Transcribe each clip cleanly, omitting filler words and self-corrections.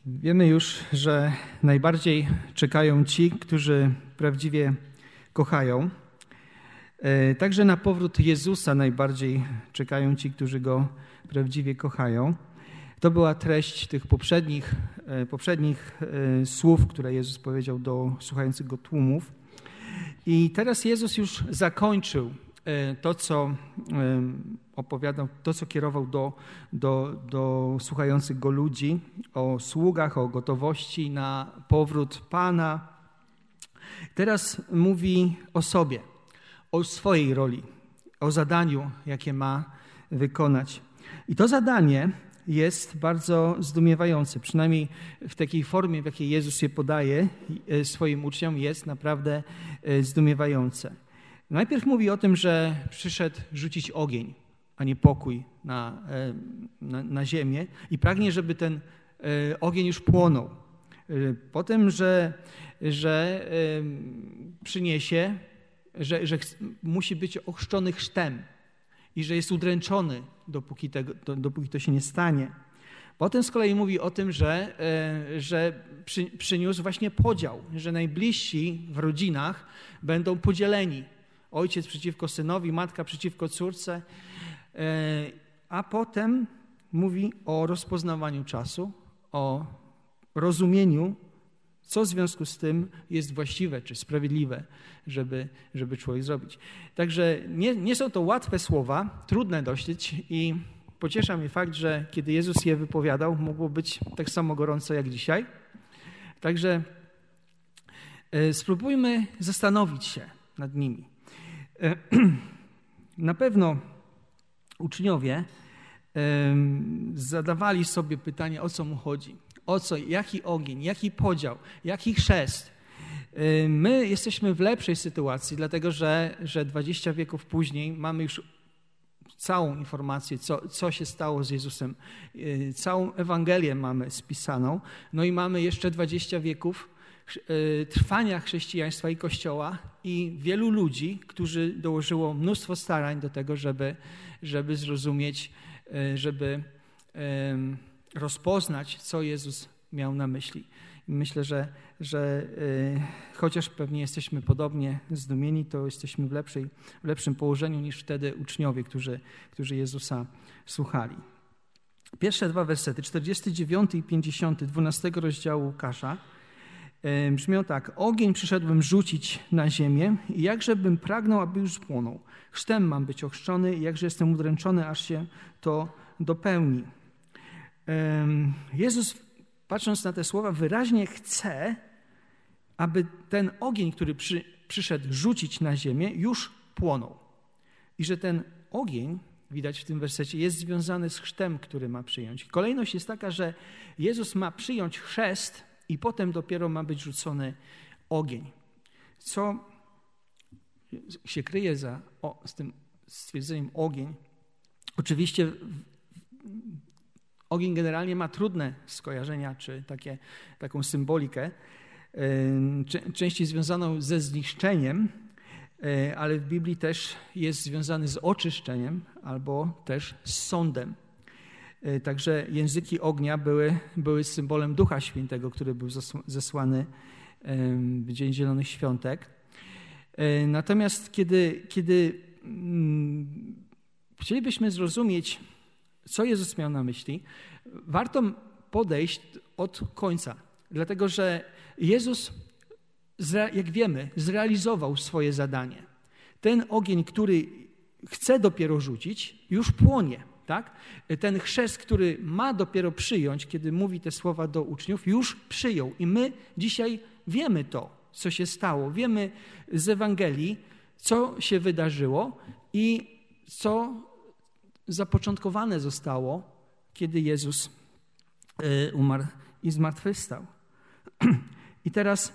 Wiemy już, że najbardziej czekają ci, którzy prawdziwie kochają. Także na powrót Jezusa najbardziej czekają ci, którzy Go prawdziwie kochają. To była treść tych poprzednich słów, które Jezus powiedział do słuchających Go tłumów. I teraz Jezus już zakończył to, co opowiadał, to, co kierował do słuchających Go ludzi, o sługach, o gotowości na powrót Pana. Teraz mówi o sobie, o swojej roli, o zadaniu, jakie ma wykonać. I to zadanie jest bardzo zdumiewające, przynajmniej w takiej formie, w jakiej Jezus je podaje swoim uczniom, jest naprawdę zdumiewające. Najpierw mówi o tym, że przyszedł rzucić ogień, a nie pokój na ziemię i pragnie, żeby ten ogień już płonął. Potem, że przyniesie, że musi być ochrzczony chrztem i że jest udręczony, dopóki to się nie stanie. Potem z kolei mówi o tym, że przyniósł właśnie podział, że najbliżsi w rodzinach będą podzieleni. Ojciec przeciwko synowi, matka przeciwko córce. A potem mówi o rozpoznawaniu czasu, o rozumieniu, co w związku z tym jest właściwe czy sprawiedliwe, żeby człowiek zrobić. Także nie są to łatwe słowa, trudne dosyć i pociesza mnie fakt, że kiedy Jezus je wypowiadał, mogło być tak samo gorąco jak dzisiaj. Także spróbujmy zastanowić się nad nimi. Na pewno uczniowie zadawali sobie pytanie, o co mu chodzi, o co, jaki ogień, jaki podział, jaki chrzest. My jesteśmy w lepszej sytuacji, dlatego że 20 wieków później mamy już całą informację, co się stało z Jezusem. Całą Ewangelię mamy spisaną, no i mamy jeszcze 20 wieków trwania chrześcijaństwa i Kościoła i wielu ludzi, którzy dołożyło mnóstwo starań do tego, żeby zrozumieć, żeby rozpoznać, co Jezus miał na myśli. I myślę, że chociaż pewnie jesteśmy podobnie zdumieni, to jesteśmy w lepszym położeniu niż wtedy uczniowie, którzy Jezusa słuchali. Pierwsze dwa wersety, 49 i 50, 12 rozdziału Łukasza, brzmią tak. Ogień przyszedłem rzucić na ziemię i jakżebym pragnął, aby już płonął. Chrztem mam być ochrzczony i jakże jestem udręczony, aż się to dopełni. Jezus, patrząc na te słowa, wyraźnie chce, aby ten ogień, który przyszedł rzucić na ziemię, już płonął. I że ten ogień, widać w tym wersecie, jest związany z chrztem, który ma przyjąć. Kolejność jest taka, że Jezus ma przyjąć chrzest i potem dopiero ma być rzucony ogień. Co się kryje z tym stwierdzeniem ogień? Oczywiście ogień generalnie ma trudne skojarzenia, czy taką symbolikę, częściej związaną ze zniszczeniem, ale w Biblii też jest związany z oczyszczeniem albo też z sądem. Także języki ognia były symbolem Ducha Świętego, który był zesłany w Dzień Zielonych Świątek. Natomiast kiedy chcielibyśmy zrozumieć, co Jezus miał na myśli, warto podejść od końca, dlatego że Jezus, jak wiemy, zrealizował swoje zadanie. Ten ogień, który chce dopiero rzucić, już płonie. Tak? Ten chrzest, który ma dopiero przyjąć, kiedy mówi te słowa do uczniów, już przyjął. I my dzisiaj wiemy to, co się stało. Wiemy z Ewangelii, co się wydarzyło i co zapoczątkowane zostało, kiedy Jezus umarł i zmartwychwstał. I teraz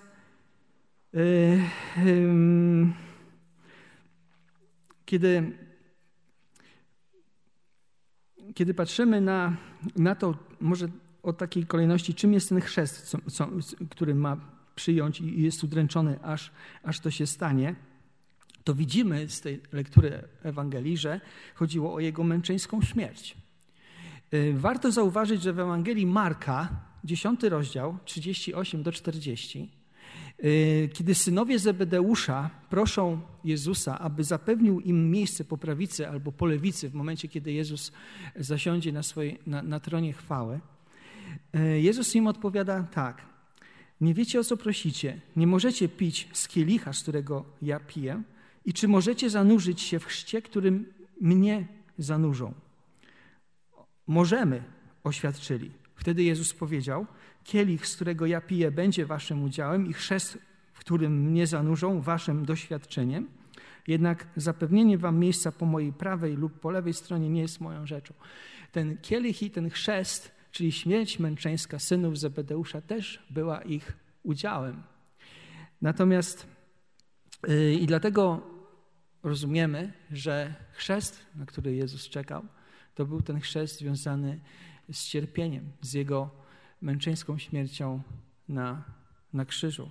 kiedy patrzymy na to, może od takiej kolejności, czym jest ten chrzest, który ma przyjąć i jest udręczony, aż to się stanie, to widzimy z tej lektury Ewangelii, że chodziło o jego męczeńską śmierć. Warto zauważyć, że w Ewangelii Marka 10 rozdział, 38 do 40, kiedy synowie Zebedeusza proszą Jezusa, aby zapewnił im miejsce po prawicy albo po lewicy w momencie, kiedy Jezus zasiądzie na tronie chwały, Jezus im odpowiada tak: nie wiecie, o co prosicie, nie możecie pić z kielicha, z którego ja piję, i czy możecie zanurzyć się w chrzcie, którym mnie zanurzą? Możemy, oświadczyli. Wtedy Jezus powiedział: kielich, z którego ja piję, będzie waszym udziałem i chrzest, w którym mnie zanurzą, waszym doświadczeniem. Jednak zapewnienie wam miejsca po mojej prawej lub po lewej stronie nie jest moją rzeczą. Ten kielich i ten chrzest, czyli śmierć męczeńska synów Zebedeusza, też była ich udziałem. Natomiast i dlatego rozumiemy, że chrzest, na który Jezus czekał, to był ten chrzest związany z cierpieniem, z Jego męczeńską śmiercią na krzyżu.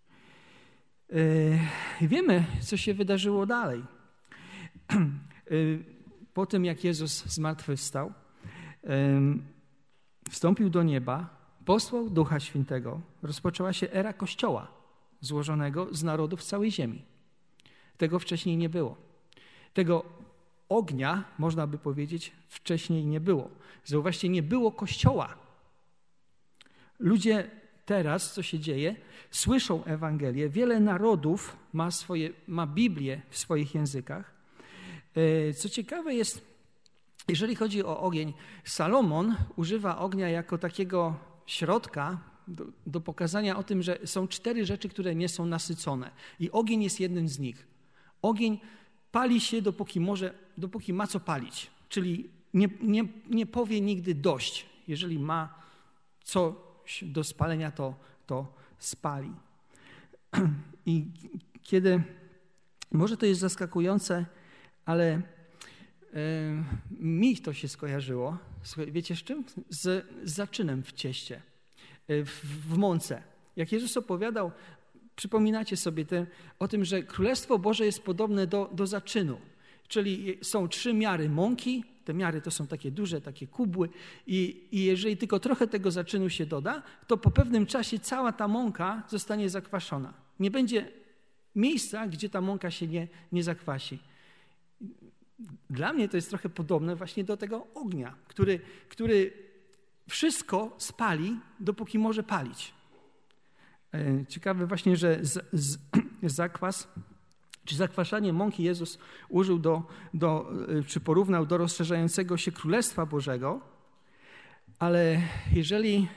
Wiemy, co się wydarzyło dalej. Po tym, jak Jezus zmartwychwstał, wstąpił do nieba, posłał Ducha Świętego, rozpoczęła się era Kościoła złożonego z narodów całej ziemi. Tego wcześniej nie było. Tego ognia, można by powiedzieć, wcześniej nie było. Zauważcie, nie było Kościoła. Ludzie teraz, co się dzieje, słyszą Ewangelię. Wiele narodów ma Biblię w swoich językach. Co ciekawe jest, jeżeli chodzi o ogień, Salomon używa ognia jako takiego środka do pokazania o tym, że są 4 rzeczy, które nie są nasycone. I ogień jest jednym z nich. Ogień pali się, dopóki ma co palić. Czyli nie powie nigdy dość. Jeżeli ma coś do spalenia, to spali. I kiedy, może to jest zaskakujące, ale mi to się skojarzyło, wiecie z czym? Z zaczynem w cieście, w mące. Jak Jezus opowiadał, przypominacie sobie o tym, że Królestwo Boże jest podobne do zaczynu. Czyli są 3 miary mąki, te miary to są takie duże, takie kubły i jeżeli tylko trochę tego zaczynu się doda, to po pewnym czasie cała ta mąka zostanie zakwaszona. Nie będzie miejsca, gdzie ta mąka się nie zakwasi. Dla mnie to jest trochę podobne właśnie do tego ognia, który wszystko spali, dopóki może palić. Ciekawe właśnie, że zakwas czy zakwaszanie mąki Jezus użył czy porównał do rozszerzającego się Królestwa Bożego, ale jeżeli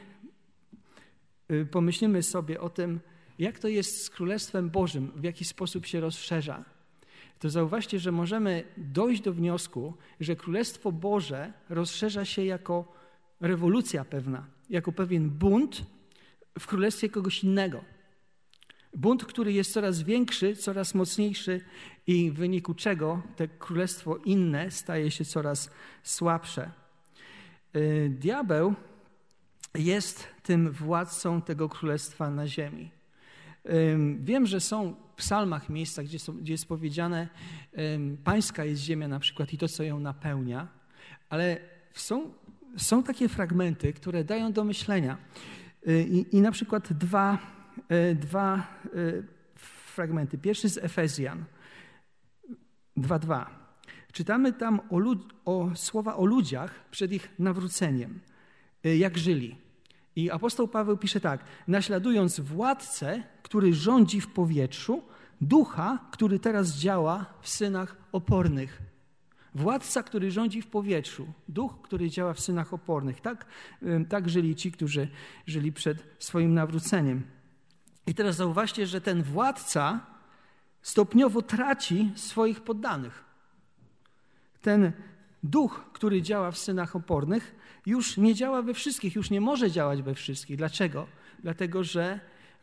pomyślimy sobie o tym, jak to jest z Królestwem Bożym, w jaki sposób się rozszerza, to zauważcie, że możemy dojść do wniosku, że Królestwo Boże rozszerza się jako rewolucja pewna, jako pewien bunt w królestwie kogoś innego. Bunt, który jest coraz większy, coraz mocniejszy i w wyniku czego to królestwo inne staje się coraz słabsze. Diabeł jest tym władcą tego królestwa na ziemi. Wiem, że są w psalmach miejsca, gdzie jest powiedziane pańska jest ziemia na przykład i to, co ją napełnia, ale są takie fragmenty, które dają do myślenia. I na przykład dwa fragmenty. Pierwszy z Efezjan 2:2. Czytamy tam słowa o ludziach przed ich nawróceniem, jak żyli. I apostoł Paweł pisze tak: naśladując władcę, który rządzi w powietrzu, ducha, który teraz działa w synach opornych. Władca, który rządzi w powietrzu, duch, który działa w synach opornych. Tak żyli ci, którzy żyli przed swoim nawróceniem. I teraz zauważcie, że ten władca stopniowo traci swoich poddanych. Ten duch, który działa w synach opornych, już nie działa we wszystkich, już nie może działać we wszystkich. Dlaczego? Dlatego, że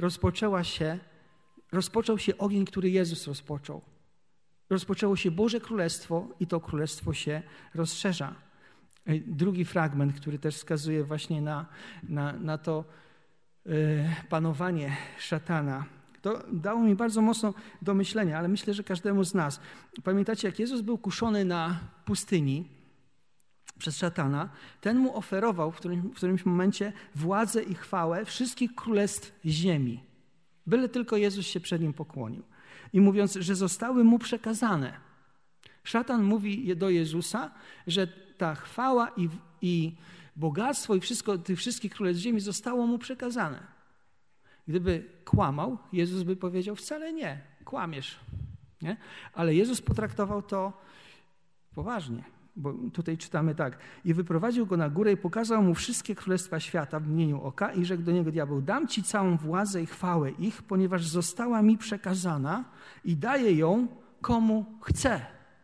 rozpoczął się ogień, który Jezus rozpoczął. Rozpoczęło się Boże Królestwo i to Królestwo się rozszerza. Drugi fragment, który też wskazuje właśnie na to panowanie szatana. To dało mi bardzo mocno do myślenia, ale myślę, że każdemu z nas. Pamiętacie, jak Jezus był kuszony na pustyni, przez szatana, ten mu oferował w którymś momencie władzę i chwałę wszystkich królestw ziemi. Byle tylko Jezus się przed nim pokłonił. I mówiąc, że zostały mu przekazane. Szatan mówi do Jezusa, że ta chwała i bogactwo i wszystko tych wszystkich królestw ziemi zostało mu przekazane. Gdyby kłamał, Jezus by powiedział, wcale nie, kłamiesz. Nie? Ale Jezus potraktował to poważnie, bo tutaj czytamy tak. I wyprowadził go na górę i pokazał mu wszystkie królestwa świata w mgnieniu oka i rzekł do niego diabeł, dam ci całą władzę i chwałę ich, ponieważ została mi przekazana i daję ją komu chcę.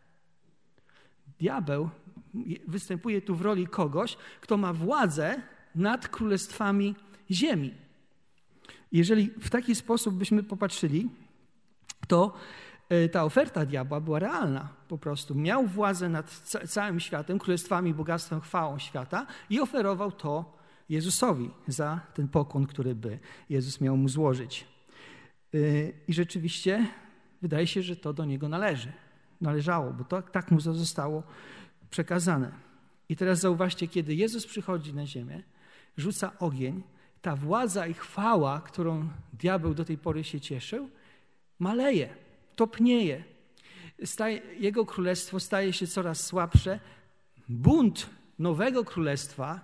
Diabeł występuje tu w roli kogoś, kto ma władzę nad królestwami ziemi. Jeżeli w taki sposób byśmy popatrzyli, to ta oferta diabła była realna po prostu. Miał władzę nad całym światem, królestwami, bogactwem, chwałą świata i oferował to Jezusowi za ten pokłon, który by Jezus miał mu złożyć. I rzeczywiście wydaje się, że to do niego należało, bo to, tak mu zostało przekazane. I teraz zauważcie, kiedy Jezus przychodzi na ziemię, rzuca ogień, ta władza i chwała, którą diabeł do tej pory się cieszył, maleje, topnieje. Jego królestwo staje się coraz słabsze. Bunt nowego królestwa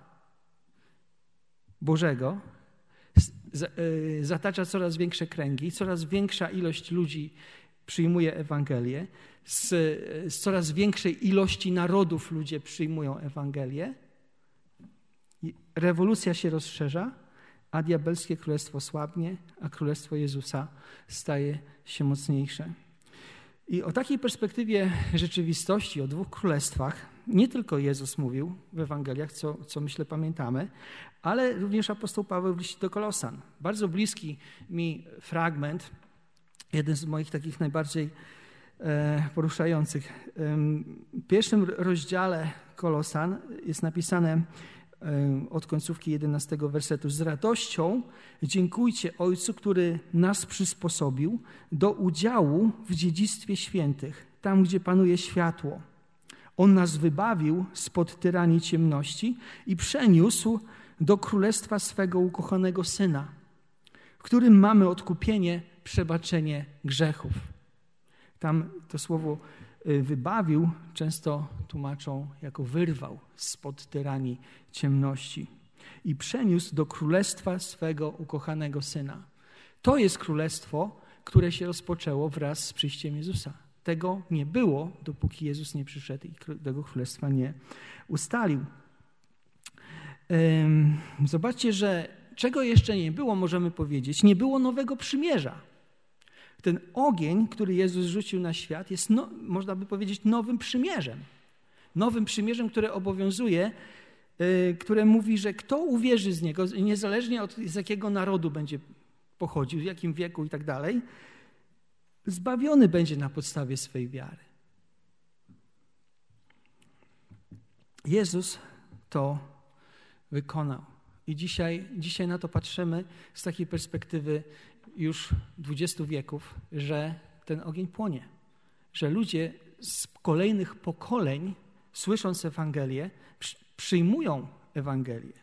Bożego zatacza coraz większe kręgi, coraz większa ilość ludzi przyjmuje Ewangelię, z coraz większej ilości narodów ludzie przyjmują Ewangelię. Rewolucja się rozszerza, a diabelskie królestwo słabnie, a królestwo Jezusa staje się mocniejsze. I o takiej perspektywie rzeczywistości, o dwóch królestwach, nie tylko Jezus mówił w Ewangeliach, co myślę pamiętamy, ale również apostoł Paweł w liście do Kolosan. Bardzo bliski mi fragment, jeden z moich takich najbardziej poruszających. W pierwszym rozdziale Kolosan jest napisane od końcówki 11 wersetu. Z radością dziękujcie Ojcu, który nas przysposobił do udziału w dziedzictwie świętych, tam gdzie panuje światło. On nas wybawił spod tyranii ciemności i przeniósł do królestwa swego ukochanego Syna, w którym mamy odkupienie, przebaczenie grzechów. Tam to słowo wybawił często tłumaczą jako wyrwał spod tyranii ciemności i przeniósł do królestwa swego ukochanego Syna. To jest królestwo, które się rozpoczęło wraz z przyjściem Jezusa. Tego nie było, dopóki Jezus nie przyszedł i tego królestwa nie ustalił. Zobaczcie, że czego jeszcze nie było, możemy powiedzieć, nie było nowego przymierza. Ten ogień, który Jezus rzucił na świat, jest, można by powiedzieć, nowym przymierzem. Nowym przymierzem, które obowiązuje, które mówi, że kto uwierzy z Niego, niezależnie od z jakiego narodu będzie pochodził, w jakim wieku i tak dalej, zbawiony będzie na podstawie swej wiary. Jezus to wykonał. I dzisiaj na to patrzymy z takiej perspektywy już 20 wieków, że ten ogień płonie. Że ludzie z kolejnych pokoleń, słysząc Ewangelię, przyjmują Ewangelię.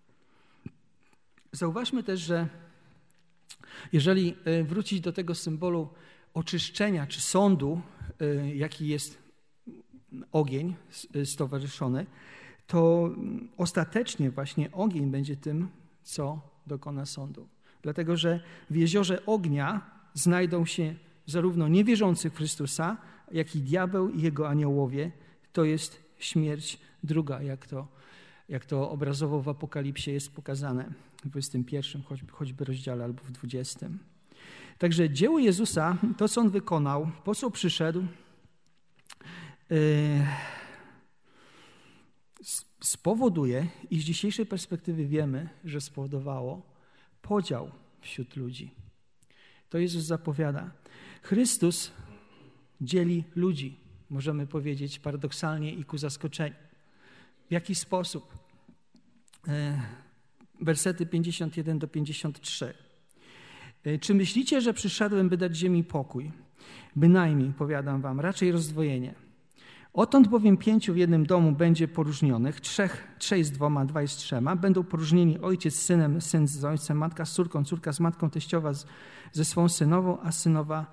Zauważmy też, że jeżeli wrócić do tego symbolu oczyszczenia czy sądu, jaki jest ogień stowarzyszony, to ostatecznie właśnie ogień będzie tym, co dokona sądu. Dlatego, że w jeziorze ognia znajdą się zarówno niewierzący w Chrystusa, jak i diabeł i jego aniołowie. To jest śmierć druga, jak to obrazowo w Apokalipsie jest pokazane w 21 choćby rozdziale albo w 20. Także dzieło Jezusa, to co On wykonał, po co przyszedł, spowoduje, i z dzisiejszej perspektywy wiemy, że spowodowało podział wśród ludzi. To Jezus zapowiada. Chrystus dzieli ludzi, możemy powiedzieć paradoksalnie i ku zaskoczeniu. W jaki sposób? Wersety 51 do 53. Czy myślicie, że przyszedłem, by dać ziemi pokój? Bynajmniej, powiadam wam, raczej rozdwojenie. Odtąd bowiem 5 w jednym domu będzie poróżnionych, 3 z 2, 2 z 3. Będą poróżnieni ojciec z synem, syn z ojcem, matka z córką, córka z matką, teściowa ze swą synową, a synowa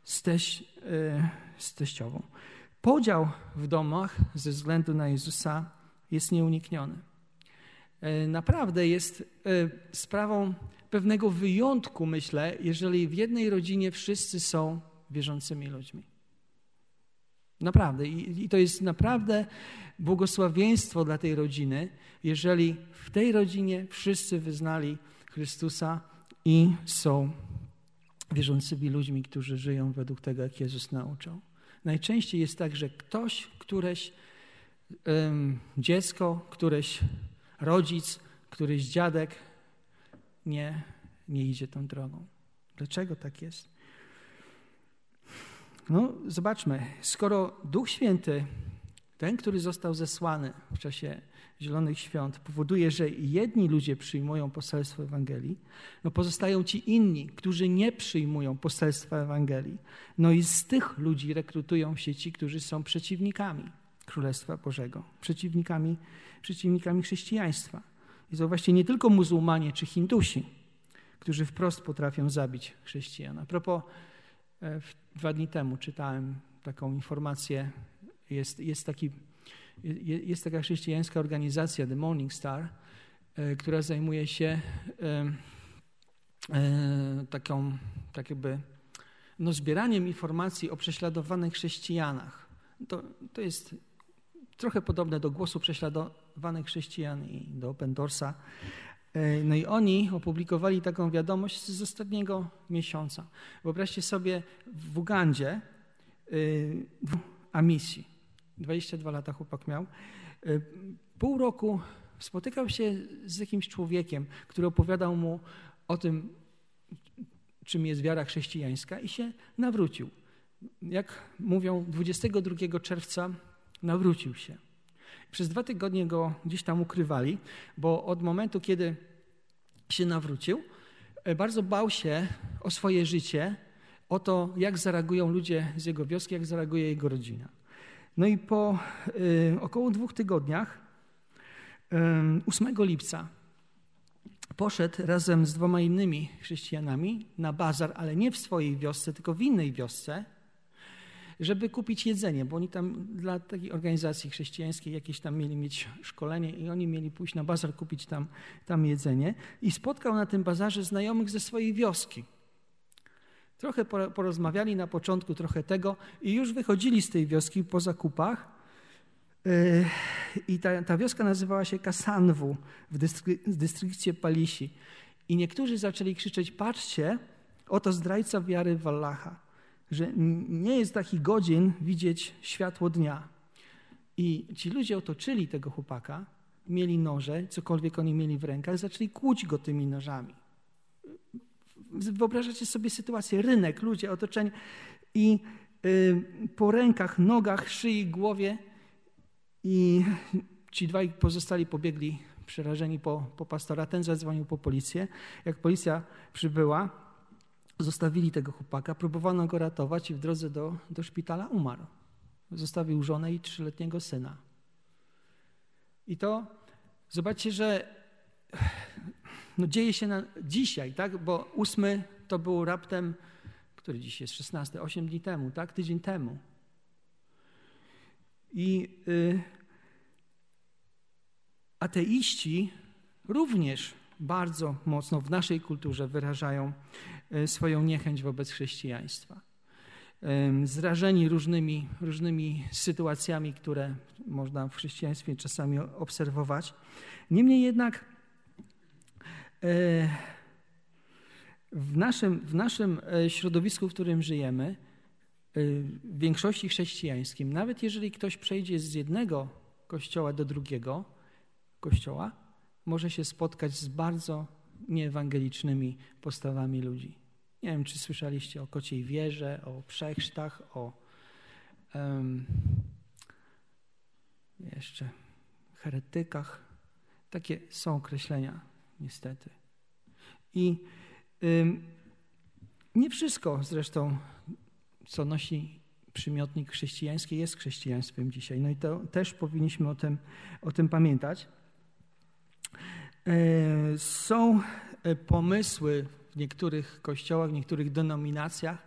z teściową. Podział w domach ze względu na Jezusa jest nieunikniony. Naprawdę jest sprawą pewnego wyjątku, myślę, jeżeli w jednej rodzinie wszyscy są wierzącymi ludźmi. Naprawdę. I to jest naprawdę błogosławieństwo dla tej rodziny, jeżeli w tej rodzinie wszyscy wyznali Chrystusa i są wierzącymi ludźmi, którzy żyją według tego, jak Jezus nauczał. Najczęściej jest tak, że któreś dziecko, któreś rodzic, któryś dziadek nie idzie tą drogą. Dlaczego tak jest? No, zobaczmy, skoro Duch Święty, ten, który został zesłany w czasie Zielonych Świąt, powoduje, że jedni ludzie przyjmują poselstwo Ewangelii, no pozostają ci inni, którzy nie przyjmują poselstwa Ewangelii. No i z tych ludzi rekrutują się ci, którzy są przeciwnikami Królestwa Bożego, przeciwnikami chrześcijaństwa. I to właśnie nie tylko muzułmanie czy Hindusi, którzy wprost potrafią zabić chrześcijan. A propos, 2 dni temu czytałem taką informację, jest taka chrześcijańska organizacja, The Morning Star, która zajmuje się zbieraniem informacji o prześladowanych chrześcijanach. To jest trochę podobne do Głosu Prześladowanych Chrześcijan i do Open Doorsa. No i oni opublikowali taką wiadomość z ostatniego miesiąca. Wyobraźcie sobie, w Ugandzie Amisi, 22 lata chłopak miał, pół roku spotykał się z jakimś człowiekiem, który opowiadał mu o tym, czym jest wiara chrześcijańska i się nawrócił. Jak mówią, 22 czerwca nawrócił się. Przez 2 tygodnie go gdzieś tam ukrywali, bo od momentu, kiedy się nawrócił, bardzo bał się o swoje życie, o to, jak zareagują ludzie z jego wioski, jak zareaguje jego rodzina. No i po około 2 tygodniach, 8 lipca, poszedł razem z 2 innymi chrześcijanami na bazar, ale nie w swojej wiosce, tylko w innej wiosce, żeby kupić jedzenie, bo oni tam dla takiej organizacji chrześcijańskiej jakieś tam mieli mieć szkolenie i oni mieli pójść na bazar, kupić tam jedzenie. I spotkał na tym bazarze znajomych ze swojej wioski. Trochę porozmawiali na początku, trochę tego i już wychodzili z tej wioski po zakupach. I ta wioska nazywała się Kasanwu w dystrykcie Palisi. I niektórzy zaczęli krzyczeć: patrzcie, oto zdrajca wiary w Allaha, że nie jest taki godzien widzieć światło dnia. I ci ludzie otoczyli tego chłopaka, mieli noże, cokolwiek oni mieli w rękach, zaczęli kłuć go tymi nożami. Wyobrażacie sobie sytuację, rynek, ludzie otoczeni i po rękach, nogach, szyi, głowie i ci 2 pozostali pobiegli przerażeni po pastora. Ten zadzwonił po policję. Jak policja przybyła, zostawili tego chłopaka, próbowano go ratować i w drodze do szpitala umarł. Zostawił żonę i 3-letniego syna. I to, zobaczcie, że dzieje się dzisiaj, tak? Bo 8 to był raptem, który dziś jest 16, 8 dni temu, tak? Tydzień temu. I ateiści również bardzo mocno w naszej kulturze wyrażają swoją niechęć wobec chrześcijaństwa. Zrażeni różnymi sytuacjami, które można w chrześcijaństwie czasami obserwować. Niemniej jednak w naszym środowisku, w którym żyjemy, w większości chrześcijańskim, nawet jeżeli ktoś przejdzie z jednego kościoła do drugiego kościoła, może się spotkać z bardzo nieewangelicznymi postawami ludzi. Nie wiem, czy słyszeliście o kociej wierze, o przechrztach, o jeszcze heretykach. Takie są określenia, niestety. I nie wszystko zresztą, co nosi przymiotnik chrześcijański jest chrześcijaństwem dzisiaj. No i to też powinniśmy o tym pamiętać. Są pomysły w niektórych kościołach, w niektórych denominacjach,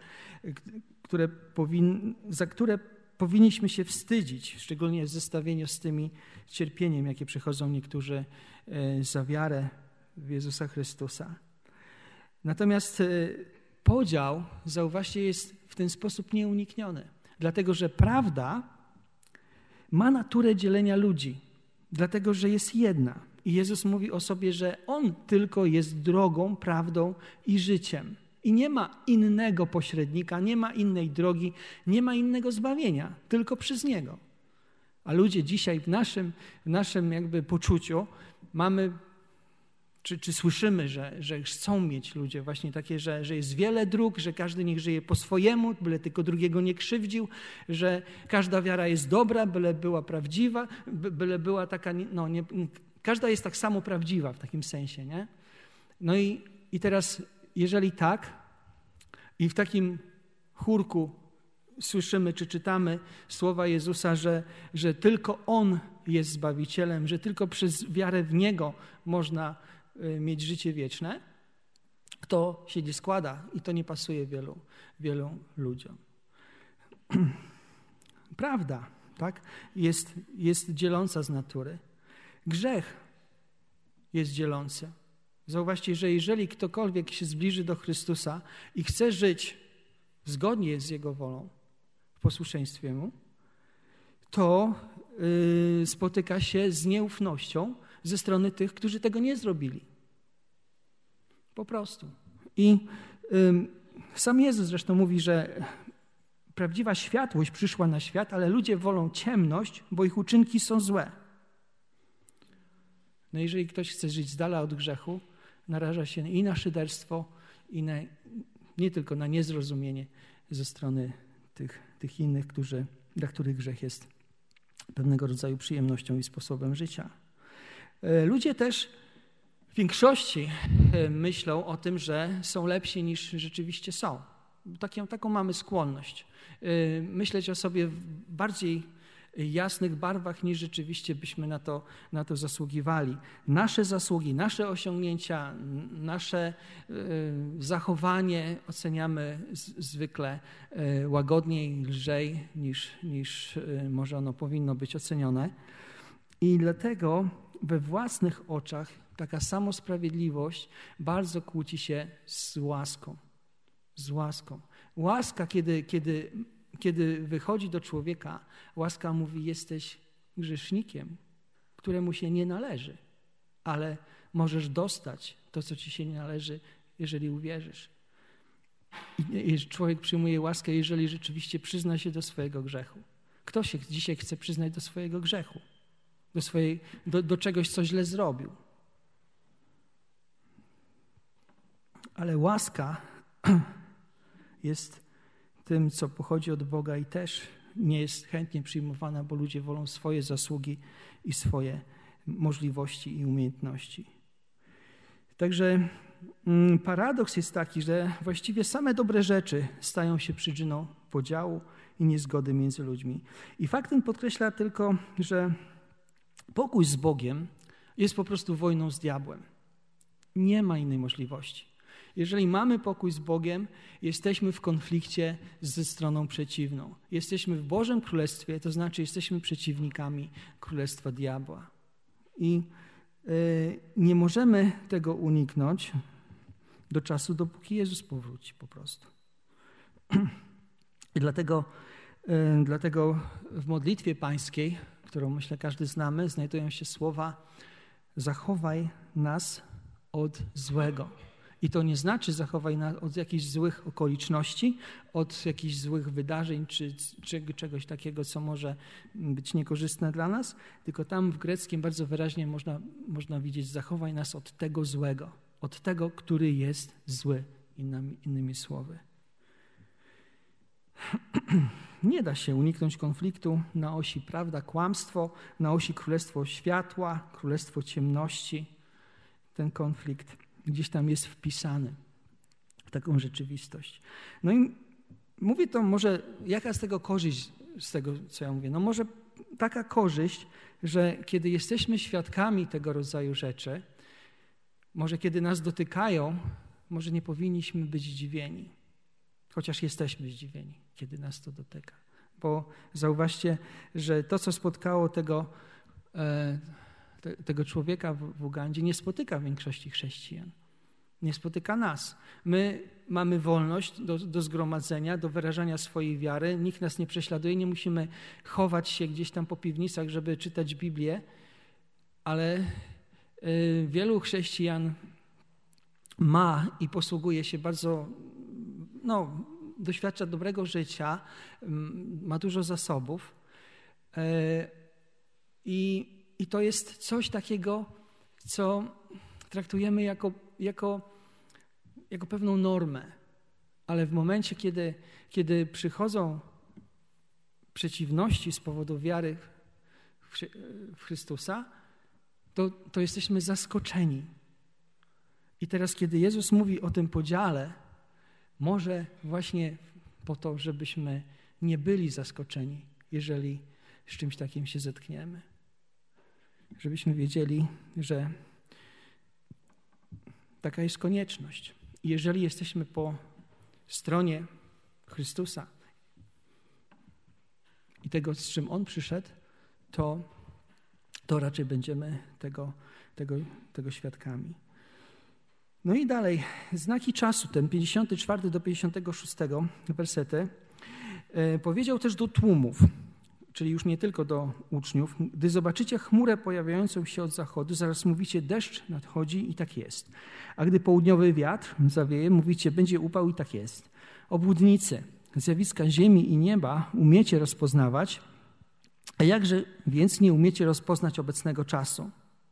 za które powinniśmy się wstydzić, szczególnie w zestawieniu z tym cierpieniem, jakie przechodzą niektórzy za wiarę w Jezusa Chrystusa. Natomiast podział, zauważcie, jest w ten sposób nieunikniony, dlatego że prawda ma naturę dzielenia ludzi, dlatego że jest jedna. I Jezus mówi o sobie, że On tylko jest drogą, prawdą i życiem. I nie ma innego pośrednika, nie ma innej drogi, nie ma innego zbawienia, tylko przez Niego. A ludzie dzisiaj w naszym jakby poczuciu mamy, czy słyszymy, że chcą mieć ludzie właśnie takie, że jest wiele dróg, że każdy niech żyje po swojemu, byle tylko drugiego nie krzywdził, że każda wiara jest dobra, byle była prawdziwa, byle była taka, każda jest tak samo prawdziwa w takim sensie, nie? No i teraz, jeżeli tak i w takim chórku słyszymy czy czytamy słowa Jezusa, że tylko On jest Zbawicielem, że tylko przez wiarę w Niego można mieć życie wieczne, to się nie składa i to nie pasuje wielu ludziom. Prawda, tak, jest dzieląca z natury. Grzech jest dzielący. Zauważcie, że jeżeli ktokolwiek się zbliży do Chrystusa i chce żyć zgodnie z Jego wolą, w posłuszeństwie Mu, to spotyka się z nieufnością ze strony tych, którzy tego nie zrobili. Po prostu. I sam Jezus zresztą mówi, że prawdziwa światłość przyszła na świat, ale ludzie wolą ciemność, bo ich uczynki są złe. No jeżeli ktoś chce żyć z dala od grzechu, naraża się i na szyderstwo, i nie tylko na niezrozumienie ze strony tych innych, dla których grzech jest pewnego rodzaju przyjemnością i sposobem życia. Ludzie też w większości myślą o tym, że są lepsi niż rzeczywiście są. Taką mamy skłonność. Myśleć o sobie w bardziej jasnych barwach, niż rzeczywiście byśmy na to zasługiwali. Nasze zasługi, nasze osiągnięcia, nasze zachowanie oceniamy zwykle łagodniej, lżej niż może ono powinno być ocenione. I dlatego we własnych oczach taka samosprawiedliwość bardzo kłóci się z łaską. Z łaską. Łaska, kiedy wychodzi do człowieka, łaska mówi: jesteś grzesznikiem, któremu się nie należy, ale możesz dostać to, co ci się nie należy, jeżeli uwierzysz. I człowiek przyjmuje łaskę, jeżeli rzeczywiście przyzna się do swojego grzechu. Kto się dzisiaj chce przyznać do swojego grzechu? Do czegoś, co źle zrobił? Ale łaska jest tym, co pochodzi od Boga i też nie jest chętnie przyjmowana, bo ludzie wolą swoje zasługi i swoje możliwości i umiejętności. Także paradoks jest taki, że właściwie same dobre rzeczy stają się przyczyną podziału i niezgody między ludźmi. I fakt ten podkreśla tylko, że pokój z Bogiem jest po prostu wojną z diabłem. Nie ma innej możliwości. Jeżeli mamy pokój z Bogiem, jesteśmy w konflikcie ze stroną przeciwną. Jesteśmy w Bożym Królestwie, to znaczy jesteśmy przeciwnikami Królestwa Diabła. I nie możemy tego uniknąć do czasu, dopóki Jezus powróci po prostu. I dlatego w modlitwie pańskiej, którą myślę każdy znamy, znajdują się słowa: zachowaj nas od złego. I to nie znaczy zachowaj nas od jakichś złych okoliczności, od jakichś złych wydarzeń czy czegoś takiego, co może być niekorzystne dla nas, tylko tam w greckim bardzo wyraźnie można widzieć: zachowaj nas od tego złego, od tego, który jest zły, innymi słowy. Nie da się uniknąć konfliktu na osi prawda, kłamstwo, na osi królestwo światła, królestwo ciemności. Ten konflikt gdzieś tam jest wpisany w taką rzeczywistość. No i mówię to może, jaka jest tego korzyść z tego, co ja mówię? No może taka korzyść, że kiedy jesteśmy świadkami tego rodzaju rzeczy, może kiedy nas dotykają, może nie powinniśmy być zdziwieni. Chociaż jesteśmy zdziwieni, kiedy nas to dotyka. Bo zauważcie, że to, co spotkało tego człowieka w Ugandzie, nie spotyka większości chrześcijan. Nie spotyka nas. My mamy wolność do zgromadzenia, do wyrażania swojej wiary. Nikt nas nie prześladuje, nie musimy chować się gdzieś tam po piwnicach, żeby czytać Biblię, ale wielu chrześcijan ma i posługuje się bardzo, doświadcza dobrego życia, ma dużo zasobów i to jest coś takiego, co traktujemy jako pewną normę, ale w momencie, kiedy przychodzą przeciwności z powodu wiary w Chrystusa, to jesteśmy zaskoczeni. I teraz, kiedy Jezus mówi o tym podziale, może właśnie po to, żebyśmy nie byli zaskoczeni, jeżeli z czymś takim się zetkniemy. Żebyśmy wiedzieli, że taka jest konieczność. I jeżeli jesteśmy po stronie Chrystusa i tego, z czym On przyszedł, to raczej będziemy tego świadkami. No i dalej, znaki czasu, ten 54 do 56 wersety, powiedział też do tłumów, czyli już nie tylko do uczniów, gdy zobaczycie chmurę pojawiającą się od zachodu, zaraz mówicie, deszcz nadchodzi i tak jest. A gdy południowy wiatr zawieje, mówicie, będzie upał i tak jest. Obłudnicy, zjawiska ziemi i nieba umiecie rozpoznawać, a jakże więc nie umiecie rozpoznać obecnego czasu?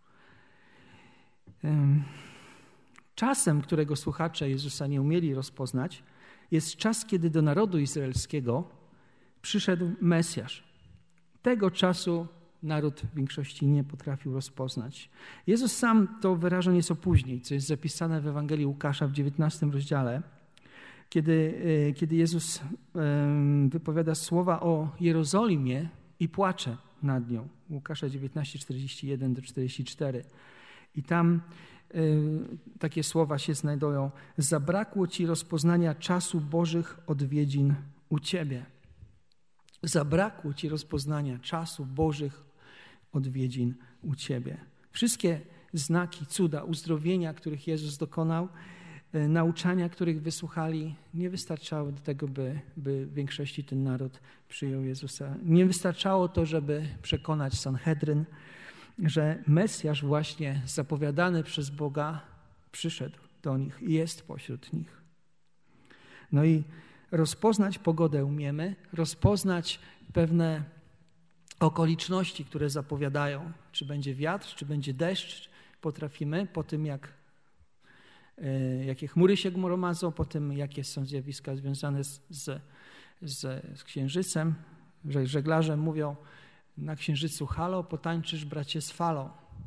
Czasem, którego słuchacze Jezusa nie umieli rozpoznać, jest czas, kiedy do narodu izraelskiego przyszedł Mesjasz. Tego czasu naród w większości nie potrafił rozpoznać. Jezus sam to wyraża nieco później, co jest zapisane w Ewangelii Łukasza w 19 rozdziale, kiedy Jezus wypowiada słowa o Jerozolimie i płacze nad nią. Łukasza 19, 41 do 44. I tam takie słowa się znajdują. Zabrakło ci rozpoznania czasu Bożych odwiedzin u ciebie. Zabrakło ci rozpoznania czasu Bożych odwiedzin u ciebie. Wszystkie znaki, cuda, uzdrowienia, których Jezus dokonał, nauczania, których wysłuchali, nie wystarczały do tego, by w większości ten naród przyjął Jezusa. Nie wystarczało to, żeby przekonać Sanhedryn, że Mesjasz właśnie zapowiadany przez Boga przyszedł do nich i jest pośród nich. No i rozpoznać pogodę umiemy, rozpoznać pewne okoliczności, które zapowiadają, czy będzie wiatr, czy będzie deszcz, potrafimy po tym, jakie chmury się gromadzą, po tym, jakie są zjawiska związane z księżycem. Żeglarze mówią, na księżycu halo, potańczysz bracie z falą.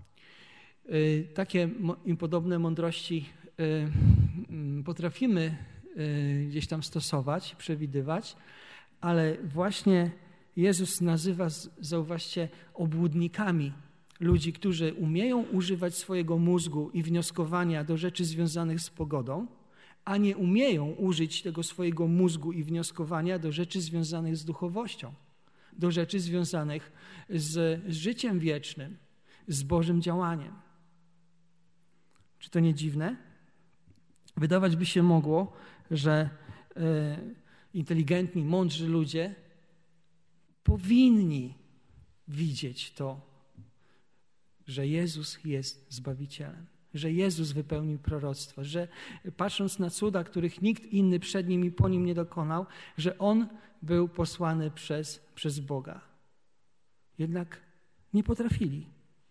Takie im podobne mądrości potrafimy gdzieś tam stosować, przewidywać, ale właśnie Jezus nazywa, zauważcie, obłudnikami ludzi, którzy umieją używać swojego mózgu i wnioskowania do rzeczy związanych z pogodą, a nie umieją użyć tego swojego mózgu i wnioskowania do rzeczy związanych z duchowością, do rzeczy związanych z życiem wiecznym, z Bożym działaniem. Czy to nie dziwne? Wydawać by się mogło, że inteligentni, mądrzy ludzie powinni widzieć to, że Jezus jest Zbawicielem, że Jezus wypełnił proroctwa, że patrząc na cuda, których nikt inny przed Nim i po Nim nie dokonał, że On był posłany przez Boga. Jednak nie potrafili.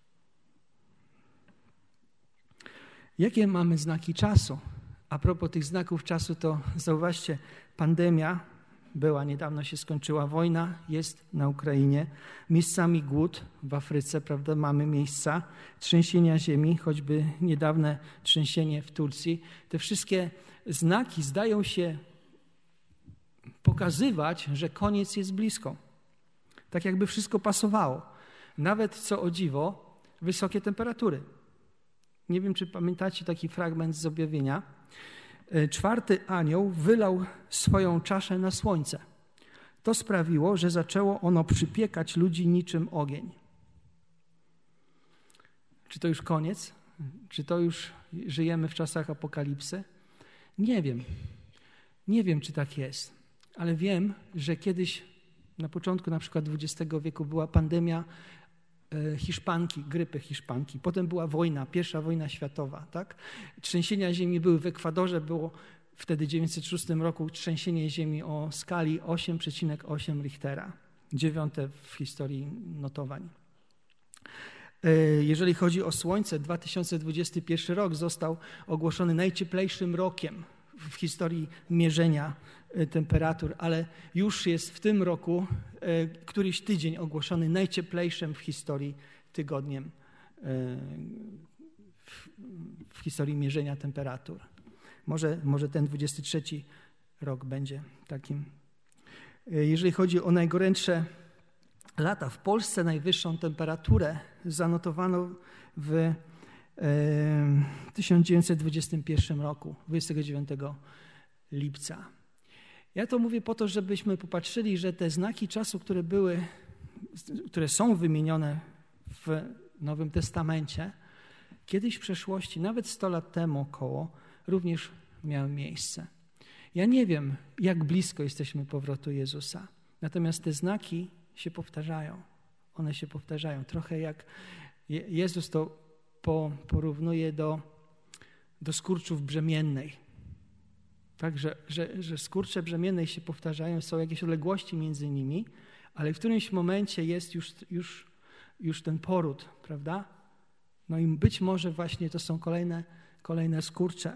Jakie mamy znaki czasu? A propos tych znaków czasu, to zauważcie, pandemia była, niedawno się skończyła, wojna jest na Ukrainie, miejscami głód w Afryce, prawda, mamy miejsca, trzęsienia ziemi, choćby niedawne trzęsienie w Turcji. Te wszystkie znaki zdają się pokazywać, że koniec jest blisko. Tak jakby wszystko pasowało. Nawet, co o dziwo, wysokie temperatury. Nie wiem, czy pamiętacie taki fragment z Objawienia. 4. anioł wylał swoją czaszę na słońce. To sprawiło, że zaczęło ono przypiekać ludzi niczym ogień. Czy to już koniec? Czy to już żyjemy w czasach apokalipsy? Nie wiem. Nie wiem, czy tak jest. Ale wiem, że kiedyś, na początku na przykład XX wieku była pandemia hiszpanki, grypy hiszpanki. Potem była wojna, I wojna światowa. Tak? Trzęsienia ziemi były w Ekwadorze, było wtedy w 1906 roku trzęsienie ziemi o skali 8,8 Richtera. 9. w historii notowań. Jeżeli chodzi o Słońce, 2021 rok został ogłoszony najcieplejszym rokiem w historii mierzenia temperatur, ale już jest w tym roku któryś tydzień ogłoszony najcieplejszym w historii tygodniem w historii mierzenia temperatur. Może ten 23 rok będzie takim. Jeżeli chodzi o najgorętsze lata, w Polsce najwyższą temperaturę zanotowano w 1921 roku, 29 lipca. Ja to mówię po to, żebyśmy popatrzyli, że te znaki czasu, które są wymienione w Nowym Testamencie, kiedyś w przeszłości, nawet 100 lat temu około, również miały miejsce. Ja nie wiem, jak blisko jesteśmy powrotu Jezusa, natomiast te znaki się powtarzają. One się powtarzają. Trochę jak Jezus to porównuje do skurczów brzemiennej. Tak, że skurcze brzemiennej się powtarzają, są jakieś odległości między nimi, ale w którymś momencie jest już ten poród, prawda? No i być może właśnie to są kolejne skurcze.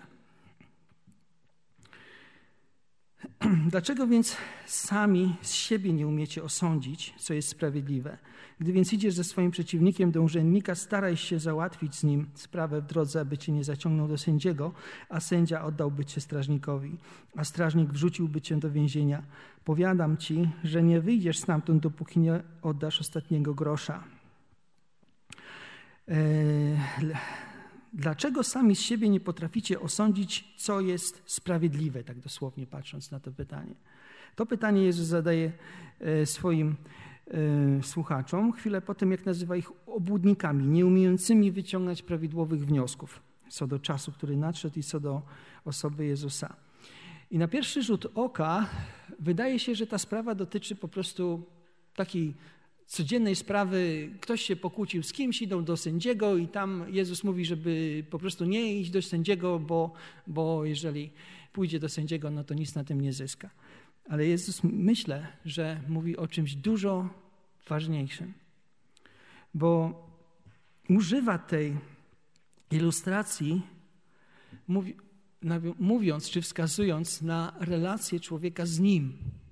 Dlaczego więc sami z siebie nie umiecie osądzić, co jest sprawiedliwe? Gdy więc idziesz ze swoim przeciwnikiem do urzędnika, staraj się załatwić z nim sprawę w drodze, aby cię nie zaciągnął do sędziego, a sędzia oddałby cię strażnikowi, a strażnik wrzuciłby cię do więzienia. Powiadam ci, że nie wyjdziesz stamtąd, dopóki nie oddasz ostatniego grosza. Dlaczego sami z siebie nie potraficie osądzić, co jest sprawiedliwe, tak dosłownie patrząc na to pytanie? To pytanie Jezus zadaje swoim słuchaczom chwilę po tym, jak nazywa ich obłudnikami, nieumiejącymi wyciągnąć prawidłowych wniosków co do czasu, który nadszedł i co do osoby Jezusa. I na pierwszy rzut oka wydaje się, że ta sprawa dotyczy po prostu takiej codziennej sprawy. Ktoś się pokłócił z kimś, idą do sędziego i tam Jezus mówi, żeby po prostu nie iść do sędziego, bo jeżeli pójdzie do sędziego, no to nic na tym nie zyska. Ale Jezus, myślę, że mówi o czymś dużo ważniejszym, bo używa tej ilustracji, mówiąc czy wskazując na relację człowieka z Nim.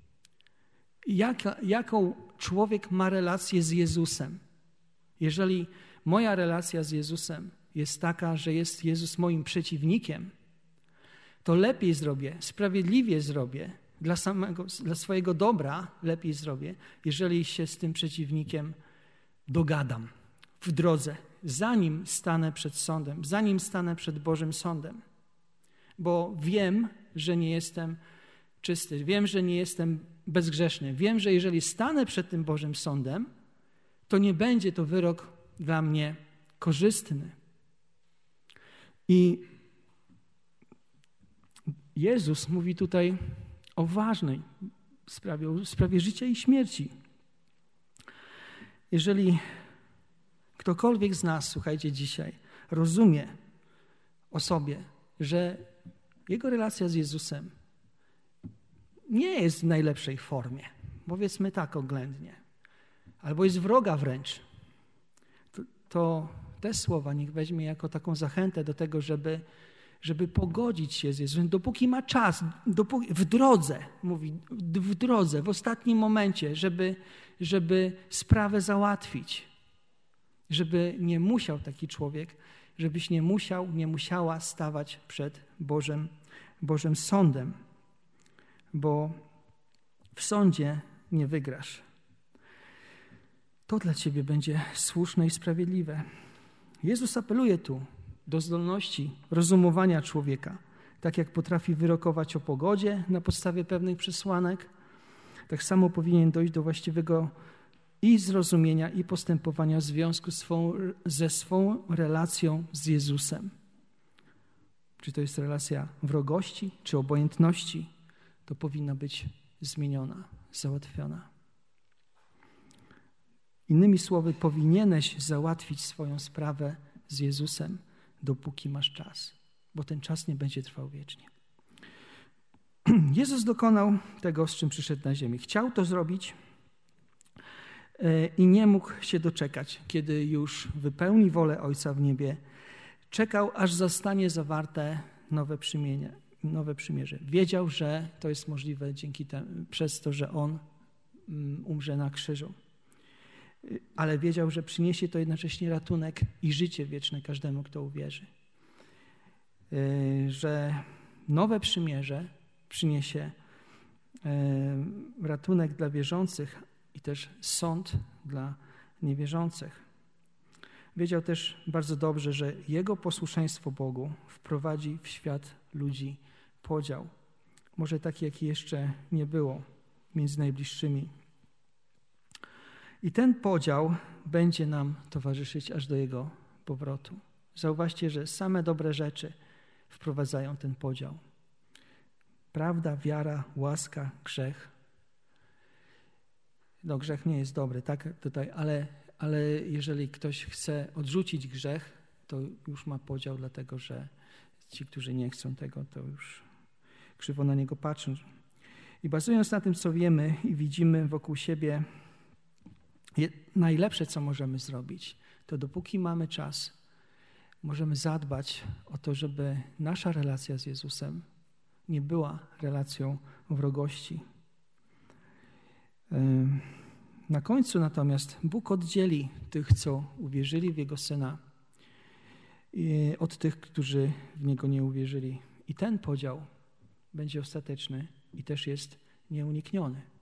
Jaką człowiek ma relację z Jezusem? Jeżeli moja relacja z Jezusem jest taka, że jest Jezus moim przeciwnikiem, to lepiej zrobię, sprawiedliwie zrobię, dla swojego dobra lepiej zrobię, jeżeli się z tym przeciwnikiem dogadam w drodze, zanim stanę przed sądem, zanim stanę przed Bożym sądem. Bo wiem, że nie jestem czysty, wiem, że nie jestem bezgrzeszny. Wiem, że jeżeli stanę przed tym Bożym sądem, to nie będzie to wyrok dla mnie korzystny. I Jezus mówi tutaj o ważnej sprawie, o sprawie życia i śmierci. Jeżeli ktokolwiek z nas, słuchajcie, dzisiaj rozumie o sobie, że jego relacja z Jezusem nie jest w najlepszej formie, powiedzmy tak oględnie, albo jest wroga wręcz, to te słowa niech weźmie jako taką zachętę do tego, żeby pogodzić się z Jezusem, dopóki ma czas, w drodze, mówi, w drodze, w ostatnim momencie, żeby sprawę załatwić, żeby nie musiał taki człowiek, żebyś nie musiała stawać przed Bożym sądem. Bo w sądzie nie wygrasz. To dla ciebie będzie słuszne i sprawiedliwe. Jezus apeluje tu do zdolności rozumowania człowieka. Tak jak potrafi wyrokować o pogodzie na podstawie pewnych przesłanek, tak samo powinien dojść do właściwego i zrozumienia, i postępowania w związku ze swą relacją z Jezusem. Czy to jest relacja wrogości, czy obojętności, to powinna być zmieniona, załatwiona. Innymi słowy, powinieneś załatwić swoją sprawę z Jezusem, dopóki masz czas, bo ten czas nie będzie trwał wiecznie. Jezus dokonał tego, z czym przyszedł na ziemię. Chciał to zrobić i nie mógł się doczekać, kiedy już wypełni wolę Ojca w niebie. Czekał, aż zostanie zawarte nowe przymierze. Wiedział, że to jest możliwe przez to, że On umrze na krzyżu. Ale wiedział, że przyniesie to jednocześnie ratunek i życie wieczne każdemu, kto uwierzy. Że nowe przymierze przyniesie ratunek dla wierzących i też sąd dla niewierzących. Wiedział też bardzo dobrze, że jego posłuszeństwo Bogu wprowadzi w świat ludzi podział. Może taki, jaki jeszcze nie było między najbliższymi. I ten podział będzie nam towarzyszyć aż do jego powrotu. Zauważcie, że same dobre rzeczy wprowadzają ten podział. Prawda, wiara, łaska, grzech. No, grzech nie jest dobry, tak? Tutaj, ale jeżeli ktoś chce odrzucić grzech, to już ma podział, dlatego że ci, którzy nie chcą tego, to już krzywo na niego patrzą. I bazując na tym, co wiemy i widzimy wokół siebie, najlepsze, co możemy zrobić, to dopóki mamy czas, możemy zadbać o to, żeby nasza relacja z Jezusem nie była relacją wrogości. Na końcu natomiast Bóg oddzieli tych, co uwierzyli w Jego Syna, od tych, którzy w Niego nie uwierzyli. I ten podział będzie ostateczny i też jest nieunikniony.